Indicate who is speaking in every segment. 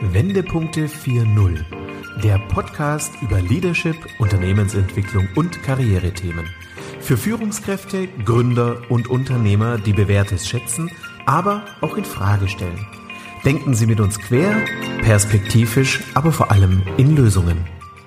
Speaker 1: Wendepunkte 4.0, der Podcast über Leadership, Unternehmensentwicklung und Karrierethemen. Für Führungskräfte, Gründer und Unternehmer, die Bewährtes schätzen, aber auch in Frage stellen. Denken Sie mit uns quer, perspektivisch, aber vor allem in Lösungen.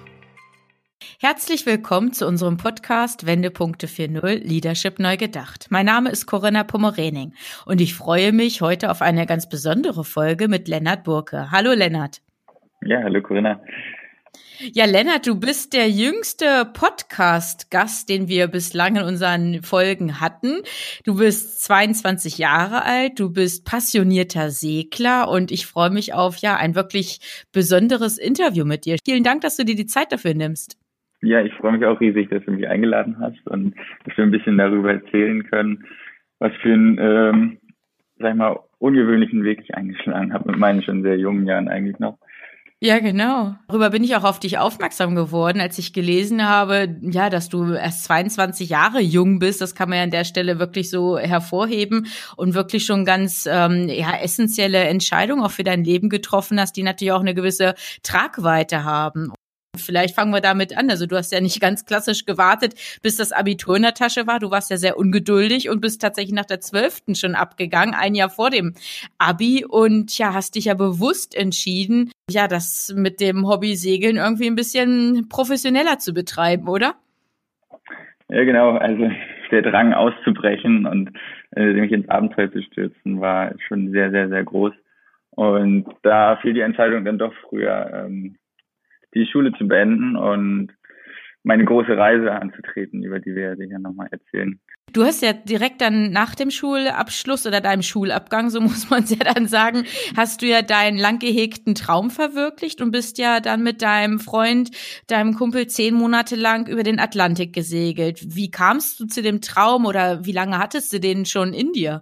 Speaker 2: Herzlich willkommen zu unserem Podcast Wendepunkte 4.0 Leadership neu gedacht. Mein Name ist Corinna Pommerening und ich freue mich heute auf eine ganz besondere Folge mit Lennart Burke. Hallo Lennart.
Speaker 3: Ja, hallo Corinna.
Speaker 2: Ja, Lennart, du bist der jüngste Podcast-Gast, den wir bislang in unseren Folgen hatten. Du bist 22 Jahre alt, du bist passionierter Segler und ich freue mich auf ein wirklich besonderes Interview mit dir. Vielen Dank, dass du dir die Zeit dafür nimmst.
Speaker 3: Ja, ich freue mich auch riesig, dass du mich eingeladen hast und dass wir ein bisschen darüber erzählen können, was für einen, ungewöhnlichen Weg ich eingeschlagen habe mit meinen schon sehr jungen Jahren eigentlich noch.
Speaker 2: Ja, genau. Darüber bin ich auch auf dich aufmerksam geworden, als ich gelesen habe, dass du erst 22 Jahre jung bist. Das kann man ja an der Stelle wirklich so hervorheben und wirklich schon ganz essentielle Entscheidungen auch für dein Leben getroffen hast, die natürlich auch eine gewisse Tragweite haben. Vielleicht fangen wir damit an. Also du hast ja nicht ganz klassisch gewartet, bis das Abitur in der Tasche war. Du warst ja sehr ungeduldig und bist tatsächlich nach der 12. schon abgegangen, ein Jahr vor dem Abi und hast dich ja bewusst entschieden, das mit dem Hobby Segeln irgendwie ein bisschen professioneller zu betreiben, oder?
Speaker 3: Ja, genau. Also der Drang auszubrechen und mich ins Abenteuer zu stürzen war schon sehr, sehr, sehr groß. Und da fiel die Entscheidung dann doch früher, die Schule zu beenden und meine große Reise anzutreten, über die wir sicher nochmal erzählen.
Speaker 2: Du hast ja direkt dann nach dem Schulabschluss oder deinem Schulabgang, so muss man es ja dann sagen, hast du ja deinen lang gehegten Traum verwirklicht und bist ja dann mit deinem Freund, deinem Kumpel 10 Monate lang über den Atlantik gesegelt. Wie kamst du zu dem Traum oder wie lange hattest du den schon in dir?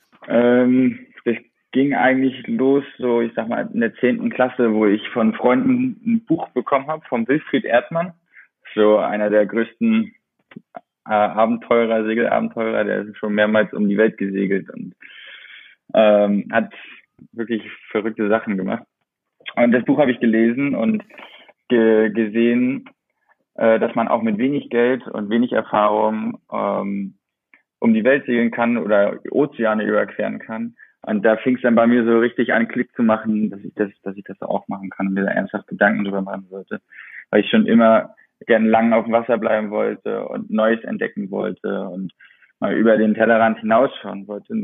Speaker 3: Das ging eigentlich los, so ich sag mal in der 10. Klasse, wo ich von Freunden ein Buch bekommen habe vom Wilfried Erdmann, so einer der größten Segelabenteurer, der ist schon mehrmals um die Welt gesegelt und hat wirklich verrückte Sachen gemacht. Und das Buch habe ich gelesen und gesehen, dass man auch mit wenig Geld und wenig Erfahrung um die Welt segeln kann oder Ozeane überqueren kann. Und da fing es dann bei mir so richtig an, Klick zu machen, dass ich das auch machen kann und mir da ernsthaft Gedanken drüber machen sollte. Weil ich schon immer gern lang auf dem Wasser bleiben wollte und Neues entdecken wollte und mal über den Tellerrand hinausschauen wollte.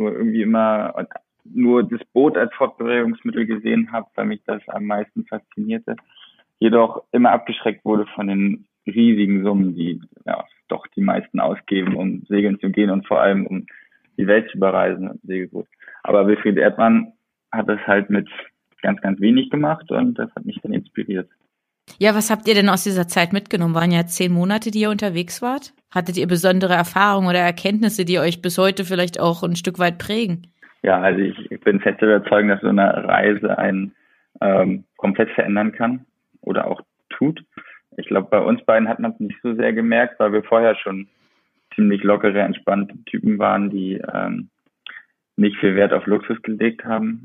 Speaker 3: Nur das Boot als Fortbewegungsmittel gesehen habe, weil mich das am meisten faszinierte. Jedoch immer abgeschreckt wurde von den riesigen Summen, die doch die meisten ausgeben, um segeln zu gehen und vor allem um die Welt zu bereisen mit Segelboot. Aber Wilfried Erdmann hat das halt mit ganz, ganz wenig gemacht und das hat mich dann inspiriert.
Speaker 2: Ja, was habt ihr denn aus dieser Zeit mitgenommen? Waren ja 10 Monate, die ihr unterwegs wart. Hattet ihr besondere Erfahrungen oder Erkenntnisse, die euch bis heute vielleicht auch ein Stück weit prägen?
Speaker 3: Ja, also ich bin fest überzeugt, dass so eine Reise einen komplett verändern kann oder auch tut. Ich glaube, bei uns beiden hat man es nicht so sehr gemerkt, weil wir vorher schon ziemlich lockere, entspannte Typen waren, die nicht viel Wert auf Luxus gelegt haben.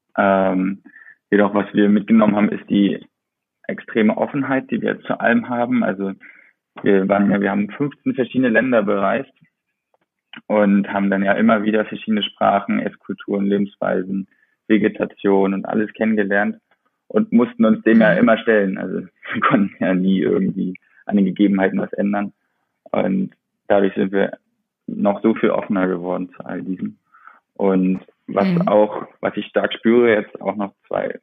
Speaker 3: Jedoch, was wir mitgenommen haben, ist die extreme Offenheit, die wir zu allem haben. Also wir haben 15 verschiedene Länder bereist und haben dann ja immer wieder verschiedene Sprachen, Esskulturen, Lebensweisen, Vegetation und alles kennengelernt und mussten uns dem ja immer stellen. Also wir konnten ja nie irgendwie an den Gegebenheiten was ändern. Und dadurch sind wir noch so viel offener geworden zu all diesem. Und was ich stark spüre, jetzt auch noch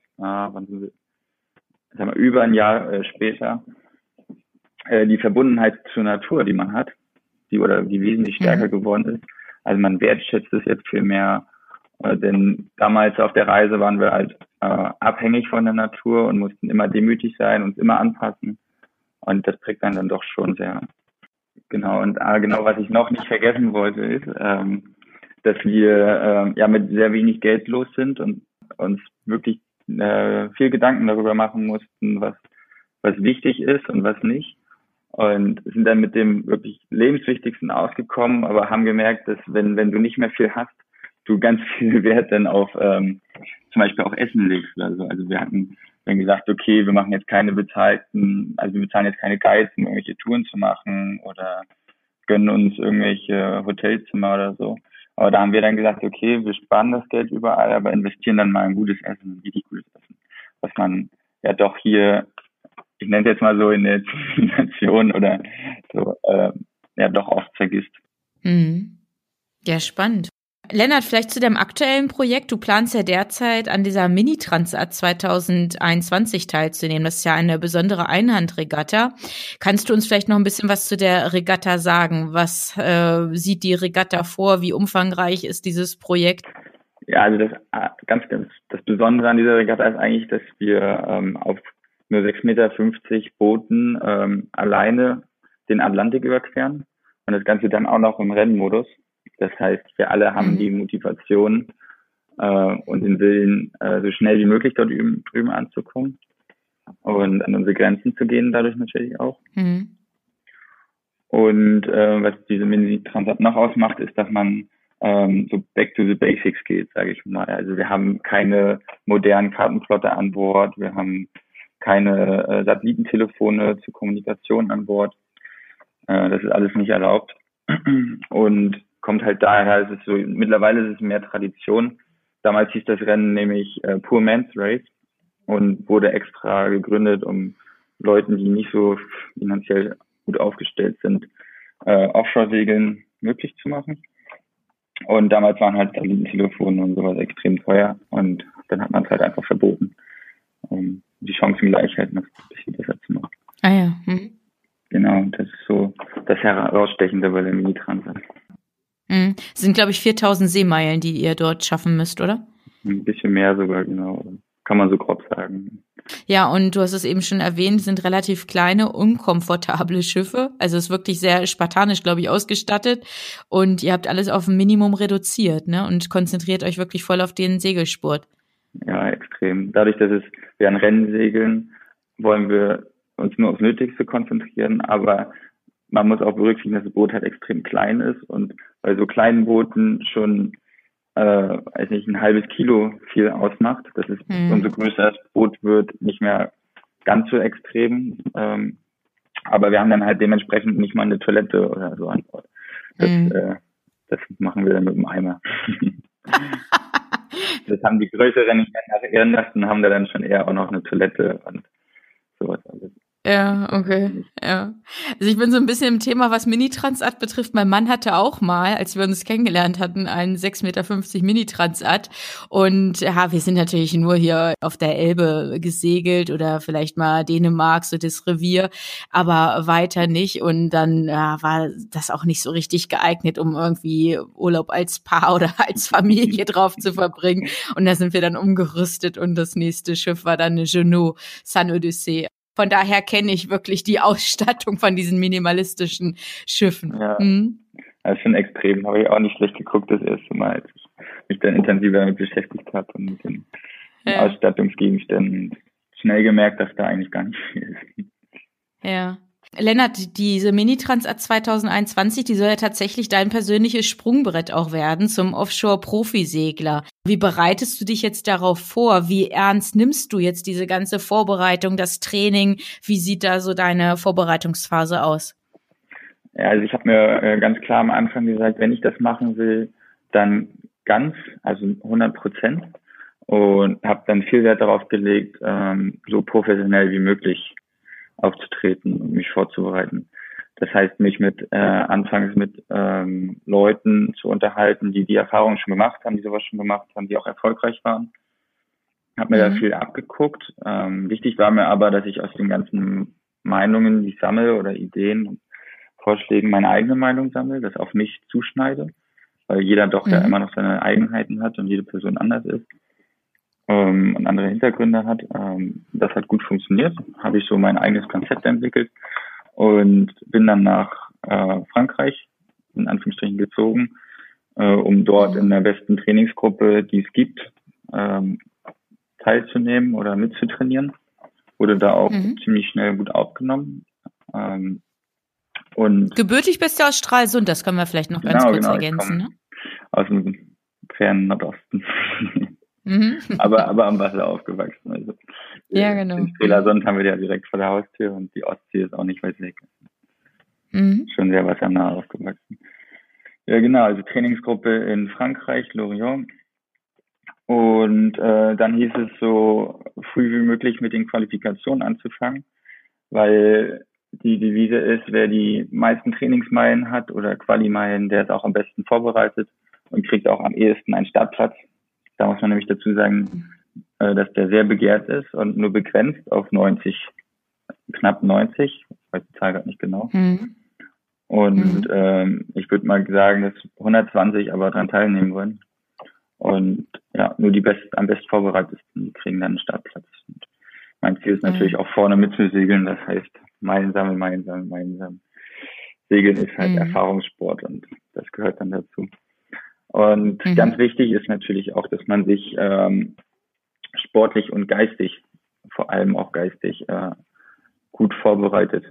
Speaker 3: über ein Jahr später, die Verbundenheit zur Natur, die man hat, die wesentlich stärker geworden ist. Also man wertschätzt es jetzt viel mehr, denn damals auf der Reise waren wir halt abhängig von der Natur und mussten immer demütig sein, uns immer anpassen. Und das prägt einen dann doch schon sehr. Genau, und was ich noch nicht vergessen wollte, ist, dass wir mit sehr wenig Geld los sind und uns wirklich viel Gedanken darüber machen mussten, was wichtig ist und was nicht. Und sind dann mit dem wirklich lebenswichtigsten ausgekommen, aber haben gemerkt, dass wenn du nicht mehr viel hast, du ganz viel Wert dann auf zum Beispiel auch Essen legst oder so. Also wir hatten dann gesagt, okay, wir machen jetzt keine bezahlten, also wir bezahlen jetzt keine Guides, um irgendwelche Touren zu machen oder gönnen uns irgendwelche Hotelzimmer oder so. Aber da haben wir dann gesagt, okay, wir sparen das Geld überall, aber investieren dann mal in gutes Essen, richtig gutes Essen. Was man ja doch hier, ich nenne es jetzt mal so in der Zivilisation oder so, ja doch oft vergisst.
Speaker 2: Mhm. Ja, spannend. Lennart, vielleicht zu deinem aktuellen Projekt. Du planst ja derzeit an dieser Mini-Transat 2021 teilzunehmen. Das ist ja eine besondere Einhandregatta. Kannst du uns vielleicht noch ein bisschen was zu der Regatta sagen? Was sieht die Regatta vor? Wie umfangreich ist dieses Projekt?
Speaker 3: Ja, also das Besondere an dieser Regatta ist eigentlich, dass wir auf nur 6,50 Meter Booten alleine den Atlantik überqueren und das Ganze dann auch noch im Rennmodus. Das heißt, wir alle haben die Motivation und den Willen, so schnell wie möglich dort drüben anzukommen und an unsere Grenzen zu gehen, dadurch natürlich auch. Mhm. Und was diese Mini-Transat noch ausmacht, ist, dass man so back to the basics geht, sage ich mal. Also wir haben keine modernen Kartenplotter an Bord, wir haben keine Satellitentelefone zur Kommunikation an Bord. Das ist alles nicht erlaubt. Und kommt halt daher, es ist so, mittlerweile ist es mehr Tradition. Damals hieß das Rennen nämlich Poor Man's Race und wurde extra gegründet, um Leuten, die nicht so finanziell gut aufgestellt sind, Offshore-Segeln möglich zu machen. Und damals waren halt Satellitentelefone und sowas extrem teuer und dann hat man es halt einfach verboten, um die Chancengleichheit noch ein bisschen besser zu machen.
Speaker 2: Ah ja.
Speaker 3: Genau, das ist so das Herausstechende bei der Mini-Transat.
Speaker 2: Es sind, glaube ich, 4000 Seemeilen, die ihr dort schaffen müsst, oder?
Speaker 3: Ein bisschen mehr sogar, genau. Kann man so grob sagen.
Speaker 2: Ja, und du hast es eben schon erwähnt, sind relativ kleine, unkomfortable Schiffe. Also es ist wirklich sehr spartanisch, glaube ich, ausgestattet. Und ihr habt alles auf ein Minimum reduziert, ne? Und konzentriert euch wirklich voll auf den Segelsport.
Speaker 3: Ja, extrem. Dadurch, dass wir an Rennen segeln, wollen wir uns nur aufs Nötigste konzentrieren. Aber man muss auch berücksichtigen, dass das Boot halt extrem klein ist. Und bei so kleinen Booten schon ein halbes Kilo viel ausmacht. Das ist, umso größer das Boot wird, nicht mehr ganz so extrem. Aber wir haben dann halt dementsprechend nicht mal eine Toilette oder so an Bord. Das machen wir dann mit dem Eimer. Das haben die größeren nicht mehr nach ihren Lasten, haben da dann schon eher auch noch eine Toilette und sowas alles.
Speaker 2: Ja, okay, ja. Also ich bin so ein bisschen im Thema, was Mini-Transat betrifft. Mein Mann hatte auch mal, als wir uns kennengelernt hatten, einen 6,50 Meter Mini-Transat. Und ja, wir sind natürlich nur hier auf der Elbe gesegelt oder vielleicht mal Dänemark, so das Revier, aber weiter nicht. Und dann war das auch nicht so richtig geeignet, um irgendwie Urlaub als Paar oder als Familie drauf zu verbringen. Und da sind wir dann umgerüstet und das nächste Schiff war dann eine Jeanneau Sun-Odyssee. Von daher kenne ich wirklich die Ausstattung von diesen minimalistischen Schiffen.
Speaker 3: Ja, das ist schon extrem. Habe ich auch nicht schlecht geguckt das erste Mal, als ich mich dann intensiver damit beschäftigt habe und mit den Ausstattungsgegenständen. Schnell gemerkt, dass da eigentlich gar nicht viel ist.
Speaker 2: Ja. Lennart, diese Mini-Transat 2021, die soll ja tatsächlich dein persönliches Sprungbrett auch werden zum Offshore-Profisegler. Wie bereitest du dich jetzt darauf vor? Wie ernst nimmst du jetzt diese ganze Vorbereitung, das Training? Wie sieht da so deine Vorbereitungsphase aus?
Speaker 3: Ja, also ich habe mir ganz klar am Anfang gesagt, wenn ich das machen will, dann ganz, also 100%. Und habe dann viel Wert darauf gelegt, so professionell wie möglich aufzutreten und mich vorzubereiten. Das heißt, mich anfangs mit Leuten zu unterhalten, die Erfahrung schon gemacht haben, die sowas schon gemacht haben, die auch erfolgreich waren. Hab mir da viel abgeguckt. Wichtig war mir aber, dass ich aus den ganzen Meinungen, die ich sammle oder Ideen und Vorschlägen meine eigene Meinung sammle, das auf mich zuschneide, weil jeder doch ja immer noch seine Eigenheiten hat und jede Person anders ist. Und andere Hintergründe hat. Das hat gut funktioniert. Habe ich so mein eigenes Konzept entwickelt und bin dann nach Frankreich in Anführungsstrichen gezogen, um dort in der besten Trainingsgruppe, die es gibt, teilzunehmen oder mitzutrainieren. Wurde da auch ziemlich schnell gut aufgenommen. Und
Speaker 2: gebürtig bist du aus Stralsund, das können wir vielleicht noch ganz kurz ergänzen.
Speaker 3: Ne? Aus dem fernen Nordosten. aber am Wasser aufgewachsen. Also
Speaker 2: ja, genau.
Speaker 3: Den Strelasund haben wir ja direkt vor der Haustür und die Ostsee ist auch nicht weit weg. Schon sehr wassernah aufgewachsen. Ja, genau, also Trainingsgruppe in Frankreich, Lorient. Und dann hieß es so früh wie möglich mit den Qualifikationen anzufangen, weil die Devise ist, wer die meisten Trainingsmeilen hat oder Quali-Meilen, der ist auch am besten vorbereitet und kriegt auch am ehesten einen Startplatz. Da muss man nämlich dazu sagen, dass der sehr begehrt ist und nur begrenzt auf 90, knapp 90, ich weiß die Zahl gerade nicht genau. Und ich würde mal sagen, dass 120 aber daran teilnehmen wollen. Und ja, nur die am besten vorbereitetsten kriegen dann einen Startplatz. Und mein Ziel ist natürlich auch vorne mitzusegeln, das heißt Meilen sammeln. Segeln ist halt Erfahrungssport und das gehört dann dazu. Und ganz wichtig ist natürlich auch, dass man sich sportlich und geistig, vor allem auch geistig, gut vorbereitet.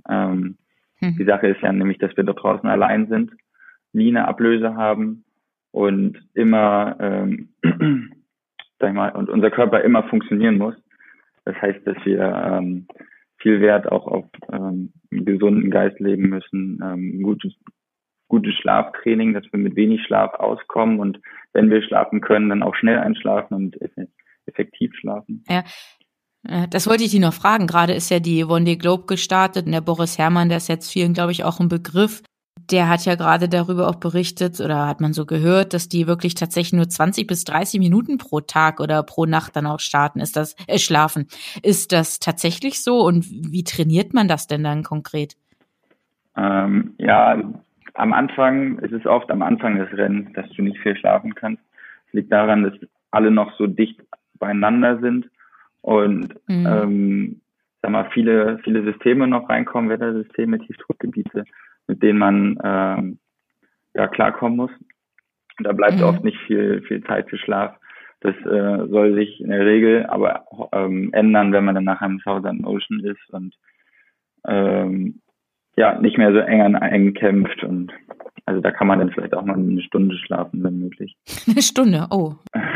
Speaker 3: Die Sache ist ja nämlich, dass wir dort draußen allein sind, nie eine Ablöse haben und immer, sag ich mal, und unser Körper immer funktionieren muss. Das heißt, dass wir viel Wert auch auf einen gesunden Geist legen müssen, gutes Schlaftraining, dass wir mit wenig Schlaf auskommen und wenn wir schlafen können, dann auch schnell einschlafen und effektiv schlafen.
Speaker 2: Ja. Das wollte ich dich noch fragen. Gerade ist ja die Vendée Globe gestartet und der Boris Herrmann, der ist jetzt vielen, glaube ich, auch ein Begriff. Der hat ja gerade darüber auch berichtet oder hat man so gehört, dass die wirklich tatsächlich nur 20 bis 30 Minuten pro Tag oder pro Nacht dann auch schlafen. Ist das tatsächlich so und wie trainiert man das denn dann konkret?
Speaker 3: Ja, am Anfang ist es oft am Anfang des Rennens, dass du nicht viel schlafen kannst. Es liegt daran, dass alle noch so dicht beieinander sind und sag mal, viele Systeme noch reinkommen, Wettersysteme, Tiefdruckgebiete, mit denen man klarkommen muss. Da bleibt oft nicht viel Zeit für Schlaf. Das soll sich in der Regel aber ändern, wenn man dann nachher im Southern Ocean ist und nicht mehr so eng kämpft. Und also da kann man dann vielleicht auch mal eine Stunde schlafen, wenn möglich.
Speaker 2: Eine Stunde, oh.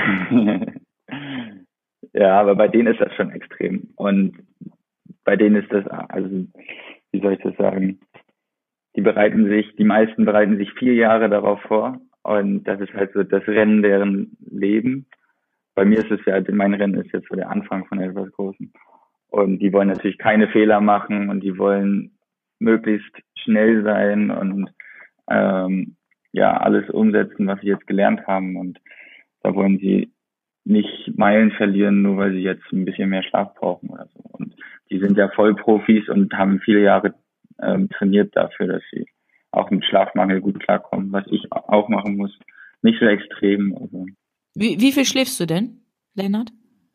Speaker 3: Ja, aber bei denen ist das schon extrem. Und bei denen ist das, also wie soll ich das sagen, die meisten bereiten sich 4 Jahre darauf vor. Und das ist halt so das Rennen deren Leben. Bei mir ist es ja, mein Rennen ist jetzt so der Anfang von etwas Großen. Und die wollen natürlich keine Fehler machen und die wollen möglichst schnell sein und alles umsetzen, was sie jetzt gelernt haben. Und da wollen sie nicht Meilen verlieren, nur weil sie jetzt ein bisschen mehr Schlaf brauchen oder so. Und die sind ja Vollprofis und haben viele Jahre trainiert dafür, dass sie auch mit Schlafmangel gut klarkommen, was ich auch machen muss. Nicht so extrem. Also.
Speaker 2: Wie viel schläfst du denn, Lennart?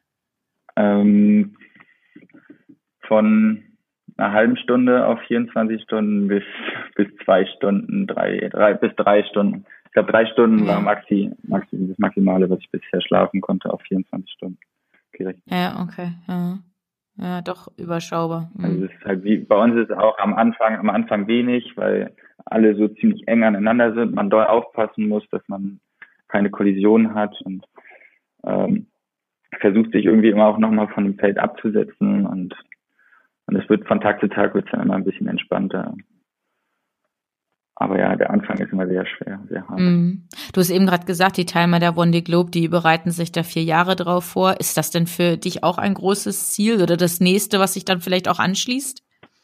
Speaker 3: Von einer halben Stunde auf 24 Stunden bis 2 Stunden, 3 bis 3 Stunden. Ich glaube, 3 Stunden war das Maximale, was ich bisher schlafen konnte auf 24 Stunden. Okay.
Speaker 2: Ja, okay. Ja, doch überschaubar.
Speaker 3: Also es ist halt wie, bei uns ist es auch am Anfang wenig, weil alle so ziemlich eng aneinander sind, man doll aufpassen muss, dass man keine Kollision hat und versucht sich irgendwie immer auch nochmal von dem Feld abzusetzen und es wird von Tag zu Tag dann immer ein bisschen entspannter. Aber ja, der Anfang ist immer sehr schwer, sehr hart.
Speaker 2: Du hast eben gerade gesagt, die Teilnehmer der Vendée Globe, die bereiten sich da 4 Jahre drauf vor. Ist das denn für dich auch ein großes Ziel oder das nächste, was sich dann vielleicht auch anschließt?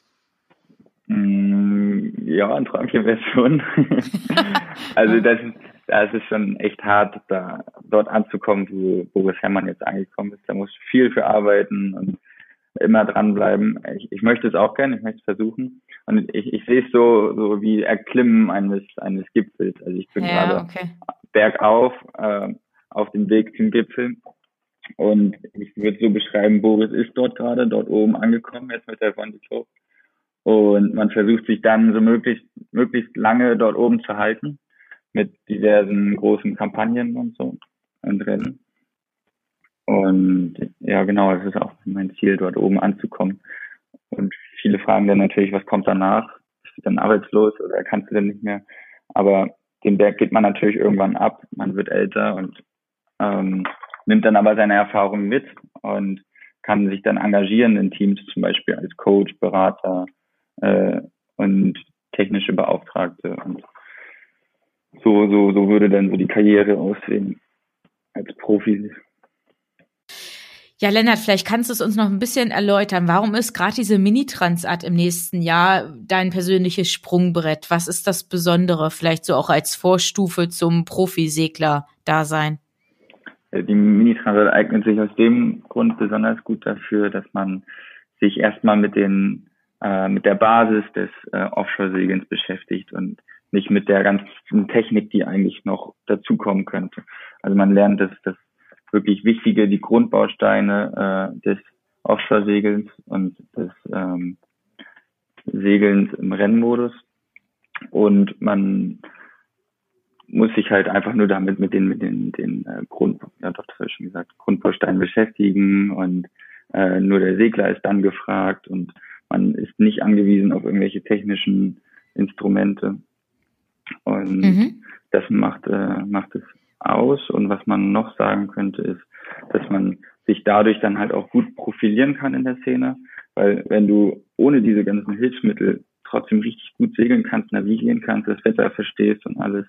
Speaker 3: Ja, ein Träumchen wäre schon. Also das ist schon echt hart, dort anzukommen, wo Boris Herrmann jetzt angekommen ist. Da muss viel für arbeiten und immer dranbleiben. Ich möchte es auch gerne, ich möchte es versuchen. Und ich sehe es so wie Erklimmen eines Gipfels. Also ich bin gerade bergauf auf dem Weg zum Gipfel. Und ich würde so beschreiben, Boris ist dort oben angekommen, jetzt mit der Vendée Globe. Und man versucht sich dann so möglichst lange dort oben zu halten mit diversen großen Kampagnen und so und Rennen. Und ja, genau, das ist auch mein Ziel, dort oben anzukommen. Und viele fragen dann natürlich, was kommt danach? Bist du dann arbeitslos oder kannst du denn nicht mehr? Aber den Berg geht man natürlich irgendwann ab, man wird älter und nimmt dann aber seine Erfahrungen mit und kann sich dann engagieren in Teams, zum Beispiel als Coach, Berater und technische Beauftragte. Und so würde dann so die Karriere aussehen als Profi.
Speaker 2: Ja, Lennart, vielleicht kannst du es uns noch ein bisschen erläutern. Warum ist gerade diese Mini-Transat im nächsten Jahr dein persönliches Sprungbrett? Was ist das Besondere, vielleicht so auch als Vorstufe zum Profisegler-Dasein?
Speaker 3: Die Mini-Transat eignet sich aus dem Grund besonders gut dafür, dass man sich erstmal mit der Basis des Offshore-Segelns beschäftigt und nicht mit der ganzen Technik, die eigentlich noch dazukommen könnte. Also man lernt das wirklich Wichtige, die Grundbausteine des Offshore-Segelns und des Segelns im Rennmodus. Und man muss sich halt einfach nur damit mit den Grundbausteinen beschäftigen und nur der Segler ist dann gefragt und man ist nicht angewiesen auf irgendwelche technischen Instrumente. Und das macht es aus. Und was man noch sagen könnte, ist, dass man sich dadurch dann halt auch gut profilieren kann in der Szene, weil wenn du ohne diese ganzen Hilfsmittel trotzdem richtig gut segeln kannst, navigieren kannst, das Wetter verstehst und alles,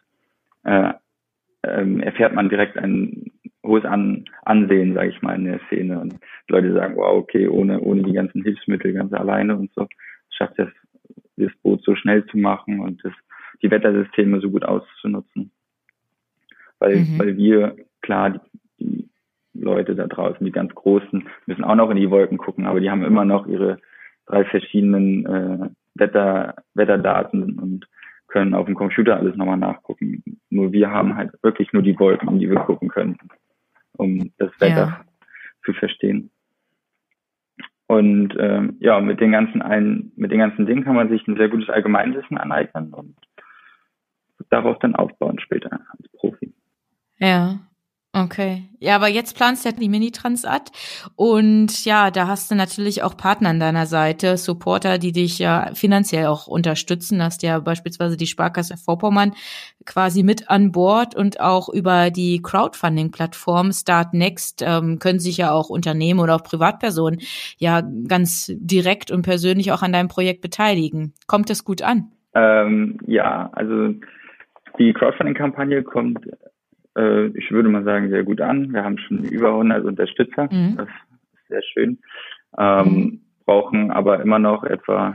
Speaker 3: erfährt man direkt ein hohes Ansehen, sage ich mal, in der Szene. Und die Leute sagen, wow, okay, ohne die ganzen Hilfsmittel, ganz alleine und so, schafft das Boot so schnell zu machen und die Wettersysteme so gut auszunutzen. Weil wir, klar, die Leute da draußen, die ganz Großen, müssen auch noch in die Wolken gucken, aber die haben immer noch ihre 3 verschiedenen Wetterdaten und können auf dem Computer alles nochmal nachgucken. Nur wir haben halt wirklich nur die Wolken, in die wir gucken können, um das Wetter zu verstehen. Und mit den ganzen Dingen kann man sich ein sehr gutes Allgemeinwissen aneignen und darauf dann aufbauen später als Profi.
Speaker 2: Ja, okay. Ja, aber jetzt planst du ja die Mini-Transat und ja, da hast du natürlich auch Partner an deiner Seite, Supporter, die dich ja finanziell auch unterstützen. Da hast ja beispielsweise die Sparkasse Vorpommern quasi mit an Bord und auch über die Crowdfunding-Plattform Start Next können sich ja auch Unternehmen oder auch Privatpersonen ja ganz direkt und persönlich auch an deinem Projekt beteiligen. Kommt das gut an?
Speaker 3: Also die Crowdfunding-Kampagne kommt, ich würde mal sagen, sehr gut an. Wir haben schon über 100 Unterstützer. Das ist sehr schön. Brauchen aber immer noch etwa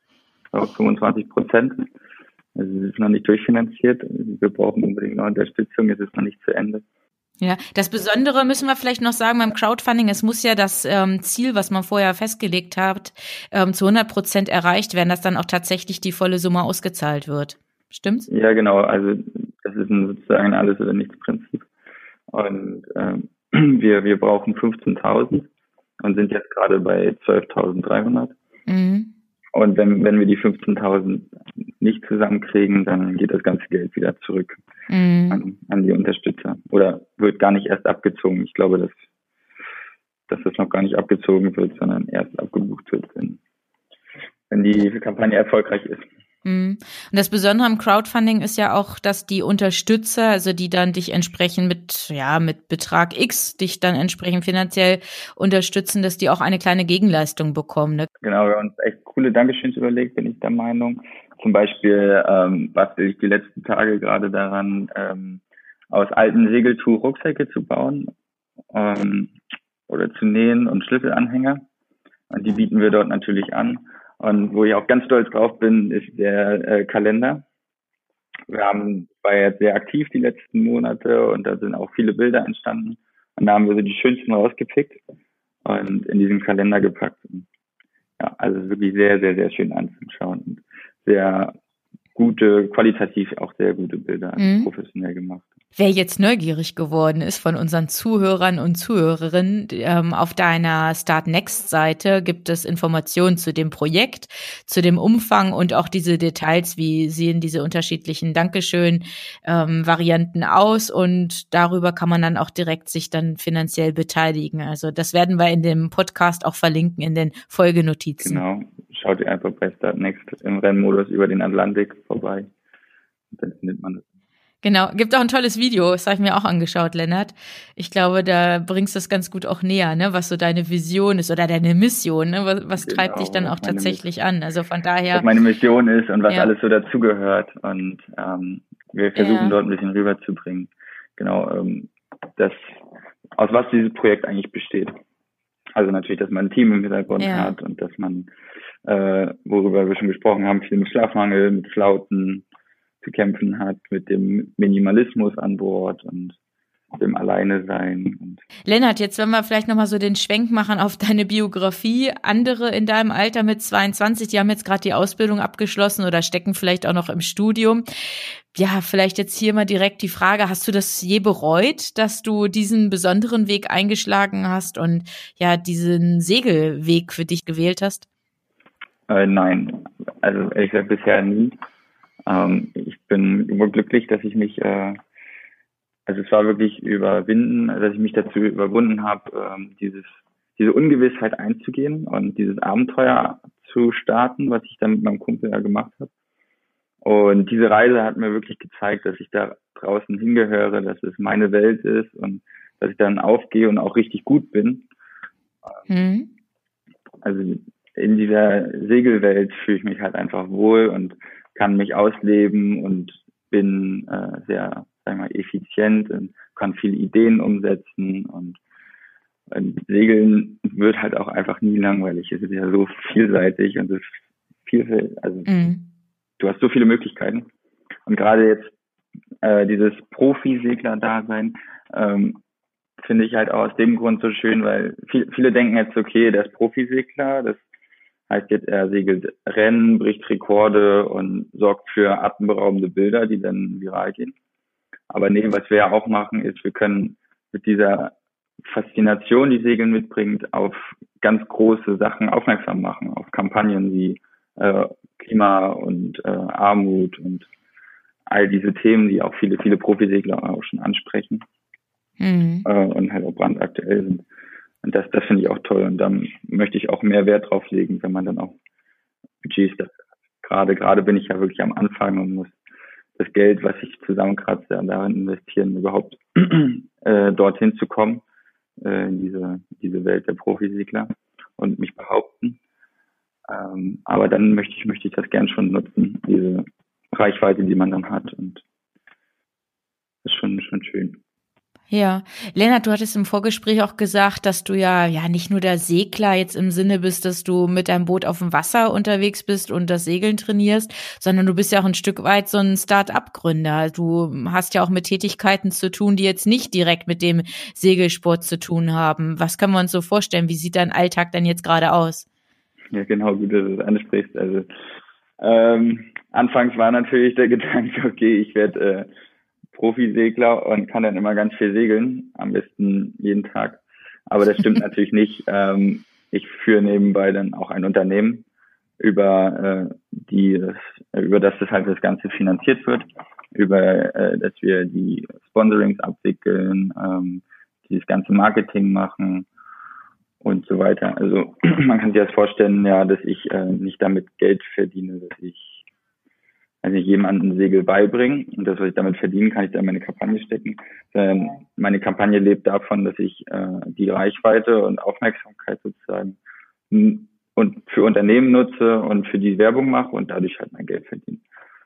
Speaker 3: 25%. Also es ist noch nicht durchfinanziert. Wir brauchen unbedingt noch Unterstützung. Es ist noch nicht zu Ende.
Speaker 2: Ja, das Besondere müssen wir vielleicht noch sagen beim Crowdfunding, es muss ja das Ziel, was man vorher festgelegt hat, zu 100% erreicht werden, dass dann auch tatsächlich die volle Summe ausgezahlt wird. Stimmt's?
Speaker 3: Ja, genau. Also das ist sozusagen ein Alles- oder Nichts-Prinzip. Und wir brauchen 15.000 und sind jetzt gerade bei 12.300. Und wenn wir die 15.000 nicht zusammenkriegen, dann geht das ganze Geld wieder zurück an die Unterstützer. Oder wird gar nicht erst abgezogen. Ich glaube, dass das noch gar nicht abgezogen wird, sondern erst abgebucht wird, wenn die Kampagne erfolgreich ist.
Speaker 2: Und das Besondere am Crowdfunding ist ja auch, dass die Unterstützer, also die dann dich entsprechend mit Betrag X dich dann entsprechend finanziell unterstützen, dass die auch eine kleine Gegenleistung bekommen. Ne?
Speaker 3: Genau, wir haben uns echt coole Dankeschöns überlegt, bin ich der Meinung. Zum Beispiel bastel ich die letzten Tage gerade daran, aus alten Segeltuch-Rucksäcke zu bauen oder zu nähen und Schlüsselanhänger. Und die bieten wir dort natürlich an. Und wo ich auch ganz stolz drauf bin, ist der Kalender. War jetzt sehr aktiv die letzten Monate und da sind auch viele Bilder entstanden. Und da haben wir so die schönsten rausgepickt und in diesen Kalender gepackt. Ja, also wirklich sehr, sehr, sehr schön anzuschauen und sehr gute, qualitativ auch sehr gute Bilder, professionell gemacht.
Speaker 2: Wer jetzt neugierig geworden ist von unseren Zuhörern und Zuhörerinnen, auf deiner Start Next Seite gibt es Informationen zu dem Projekt, zu dem Umfang und auch diese Details, wie sehen diese unterschiedlichen Dankeschön-Varianten aus und darüber kann man dann auch direkt sich dann finanziell beteiligen. Also das werden wir in dem Podcast auch verlinken in den Folgenotizen.
Speaker 3: Genau, schaut ihr einfach bei Start Next im Rennmodus über den Atlantik vorbei und dann findet man das.
Speaker 2: Genau, gibt auch ein tolles Video, das habe ich mir auch angeschaut, Lennart. Ich glaube, da bringst du es ganz gut auch näher, ne, was so deine Vision ist oder deine Mission, ne, was
Speaker 3: Genau,
Speaker 2: treibt dich dann auch tatsächlich an? Also von
Speaker 3: was
Speaker 2: daher,
Speaker 3: meine Mission ist und was
Speaker 2: ja,
Speaker 3: alles so dazugehört. Und wir versuchen
Speaker 2: ja,
Speaker 3: dort ein bisschen rüberzubringen. Genau, das, aus was dieses Projekt eigentlich besteht. Also natürlich, dass man ein Team im Hintergrund
Speaker 2: ja.
Speaker 3: hat und dass man, worüber wir schon gesprochen haben, viel mit Schlafmangel, mit Flauten zu kämpfen hat, mit dem Minimalismus an Bord und dem Alleine sein. Und
Speaker 2: Lennart, jetzt wenn wir vielleicht nochmal so den Schwenk machen auf deine Biografie. Andere in deinem Alter mit 22, die haben jetzt gerade die Ausbildung abgeschlossen oder stecken vielleicht auch noch im Studium. Ja, vielleicht jetzt hier mal direkt die Frage, hast du das je bereut, dass du diesen besonderen Weg eingeschlagen hast und ja, diesen Segelweg für dich gewählt hast?
Speaker 3: nein, also ehrlich gesagt bisher nie. Ich bin glücklich, dass ich mich, also es war wirklich überwinden, dass ich mich dazu überwunden habe, diese Ungewissheit einzugehen und dieses Abenteuer zu starten, was ich dann mit meinem Kumpel ja gemacht habe. Und diese Reise hat mir wirklich gezeigt, dass ich da draußen hingehöre, dass es meine Welt ist und dass ich dann aufgehe und auch richtig gut bin.
Speaker 2: Hm.
Speaker 3: Also in dieser Segelwelt fühle ich mich halt einfach wohl und kann mich ausleben und bin sehr, sag ich mal, effizient und kann viele Ideen umsetzen und Segeln wird halt auch einfach nie langweilig. Es ist ja so vielseitig und es ist viel, also du hast so viele Möglichkeiten. Und gerade jetzt dieses Profi-Segler-Dasein finde ich halt auch aus dem Grund so schön, weil viele denken jetzt, okay, der ist Profisegler, das heißt jetzt, er segelt Rennen, bricht Rekorde und sorgt für atemberaubende Bilder, die dann viral gehen. Aber nee, was wir ja auch machen, ist, wir können mit dieser Faszination, die Segeln mitbringt, auf ganz große Sachen aufmerksam machen, auf Kampagnen wie Klima und Armut und all diese Themen, die auch viele Profisegler auch schon ansprechen und halt auch brandaktuell sind. Und das finde ich auch toll. Und dann möchte ich auch mehr Wert drauf legen, wenn man dann auch Budgets dafür hat. Gerade bin ich ja wirklich am Anfang und muss das Geld, was ich zusammenkratze, darin investieren, überhaupt dorthin zu kommen, in diese Welt der Profisegler und mich behaupten. Aber dann möchte ich das gern schon nutzen, diese Reichweite, die man dann hat. Und das ist schon schön.
Speaker 2: Ja, Lennart, du hattest im Vorgespräch auch gesagt, dass du ja nicht nur der Segler jetzt im Sinne bist, dass du mit deinem Boot auf dem Wasser unterwegs bist und das Segeln trainierst, sondern du bist ja auch ein Stück weit so ein Start-up-Gründer. Du hast ja auch mit Tätigkeiten zu tun, die jetzt nicht direkt mit dem Segelsport zu tun haben. Was können wir uns so vorstellen? Wie sieht dein Alltag denn jetzt gerade aus?
Speaker 3: Ja, genau, gut, dass du das ansprichst. Also anfangs war natürlich der Gedanke, okay, ich werde Profisegler und kann dann immer ganz viel segeln, am besten jeden Tag. Aber das stimmt natürlich nicht. Ich führe nebenbei dann auch ein Unternehmen, über das halt das Ganze finanziert wird, dass wir die Sponsorings abwickeln, dieses ganze Marketing machen und so weiter. Also man kann sich das vorstellen, ja, dass ich nicht damit Geld verdiene, dass ich jemanden Segel beibringen und das, was ich damit verdiene, kann ich dann in meine Kampagne stecken. Meine Kampagne lebt davon, dass ich die Reichweite und Aufmerksamkeit sozusagen und für Unternehmen nutze und für die Werbung mache und dadurch halt mein Geld verdiene.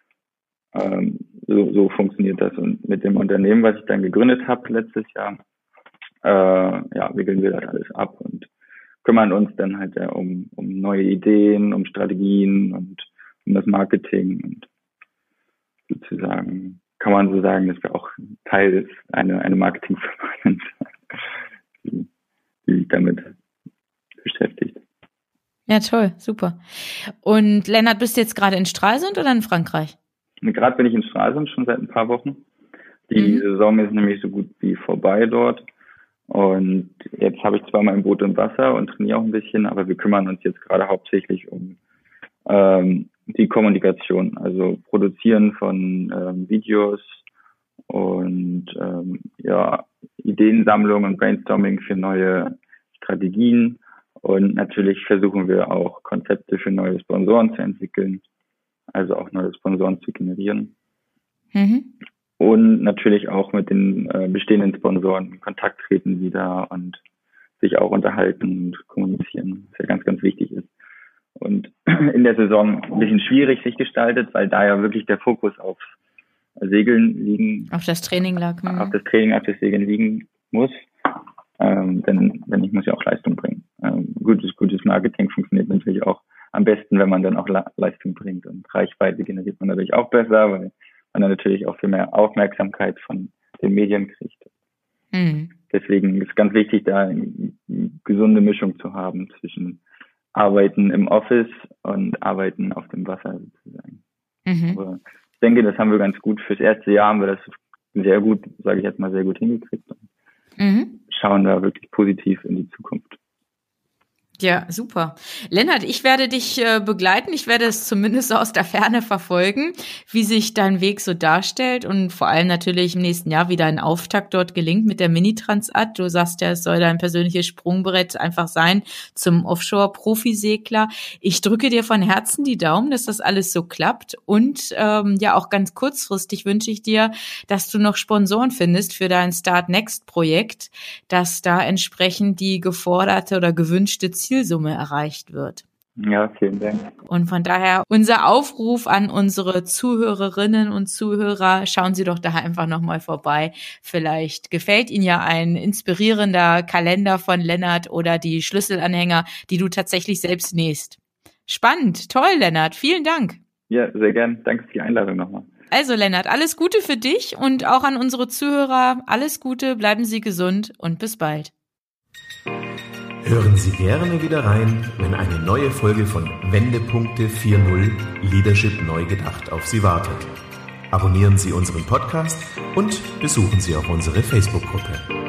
Speaker 3: So funktioniert das. Und mit dem Unternehmen, was ich dann gegründet habe letztes Jahr, wickeln wir das alles ab und kümmern uns dann halt um neue Ideen, um Strategien und um das Marketing und sozusagen kann man so sagen, dass wir auch Teil eine Marketingfirma sind, die sich damit beschäftigt.
Speaker 2: Ja, toll, super. Und Lennart, bist du jetzt gerade in Stralsund oder in Frankreich?
Speaker 3: Gerade bin ich in Stralsund schon seit ein paar Wochen. Die Saison ist nämlich so gut wie vorbei dort. Und jetzt habe ich zwar mein Boot im Wasser und trainiere auch ein bisschen, aber wir kümmern uns jetzt gerade hauptsächlich um die Kommunikation, also Produzieren von Videos und Ideensammlung und Brainstorming für neue Strategien. Und natürlich versuchen wir auch Konzepte für neue Sponsoren zu entwickeln, also auch neue Sponsoren zu generieren. und natürlich auch mit den bestehenden Sponsoren in Kontakt treten wieder und sich auch unterhalten und kommunizieren, was ja ganz, ganz wichtig ist. Und in der Saison ein bisschen schwierig sich gestaltet, weil da ja wirklich der Fokus auf Segeln liegen.
Speaker 2: Auf das Training lag.
Speaker 3: Auf das Training, auf das Segeln liegen muss. Denn ich muss ja auch Leistung bringen. Gutes Marketing funktioniert natürlich auch am besten, wenn man dann auch Leistung bringt. Und Reichweite generiert man dadurch auch besser, weil man dann natürlich auch viel mehr Aufmerksamkeit von den Medien kriegt. Mhm. Deswegen ist ganz wichtig, da eine gesunde Mischung zu haben zwischen Arbeiten im Office und Arbeiten auf dem Wasser sozusagen. Mhm. Aber ich denke, das haben wir ganz gut. Fürs erste Jahr haben wir das sehr gut, sage ich jetzt mal, sehr gut hingekriegt. Und schauen da wirklich positiv in die Zukunft.
Speaker 2: Ja, super. Lennart, ich werde dich begleiten. Ich werde es zumindest aus der Ferne verfolgen, wie sich dein Weg so darstellt und vor allem natürlich im nächsten Jahr wieder ein Auftakt dort gelingt mit der Mini-Transat. Du sagst ja, es soll dein persönliches Sprungbrett einfach sein zum Offshore-Profisegler. Ich drücke dir von Herzen die Daumen, dass das alles so klappt und ja auch ganz kurzfristig wünsche ich dir, dass du noch Sponsoren findest für dein Start Next-Projekt, dass da entsprechend die geforderte oder gewünschte Zielsumme erreicht wird.
Speaker 3: Ja, vielen Dank.
Speaker 2: Und von daher unser Aufruf an unsere Zuhörerinnen und Zuhörer, schauen Sie doch da einfach nochmal vorbei. Vielleicht gefällt Ihnen ja ein inspirierender Kalender von Lennart oder die Schlüsselanhänger, die du tatsächlich selbst nähst. Spannend, toll, Lennart, vielen Dank.
Speaker 3: Ja, sehr gern. Danke für die Einladung nochmal.
Speaker 2: Also Lennart, alles Gute für dich und auch an unsere Zuhörer. Alles Gute, bleiben Sie gesund und bis bald.
Speaker 1: Hören Sie gerne wieder rein, wenn eine neue Folge von Wendepunkte 4.0 Leadership neu gedacht auf Sie wartet. Abonnieren Sie unseren Podcast und besuchen Sie auch unsere Facebook-Gruppe.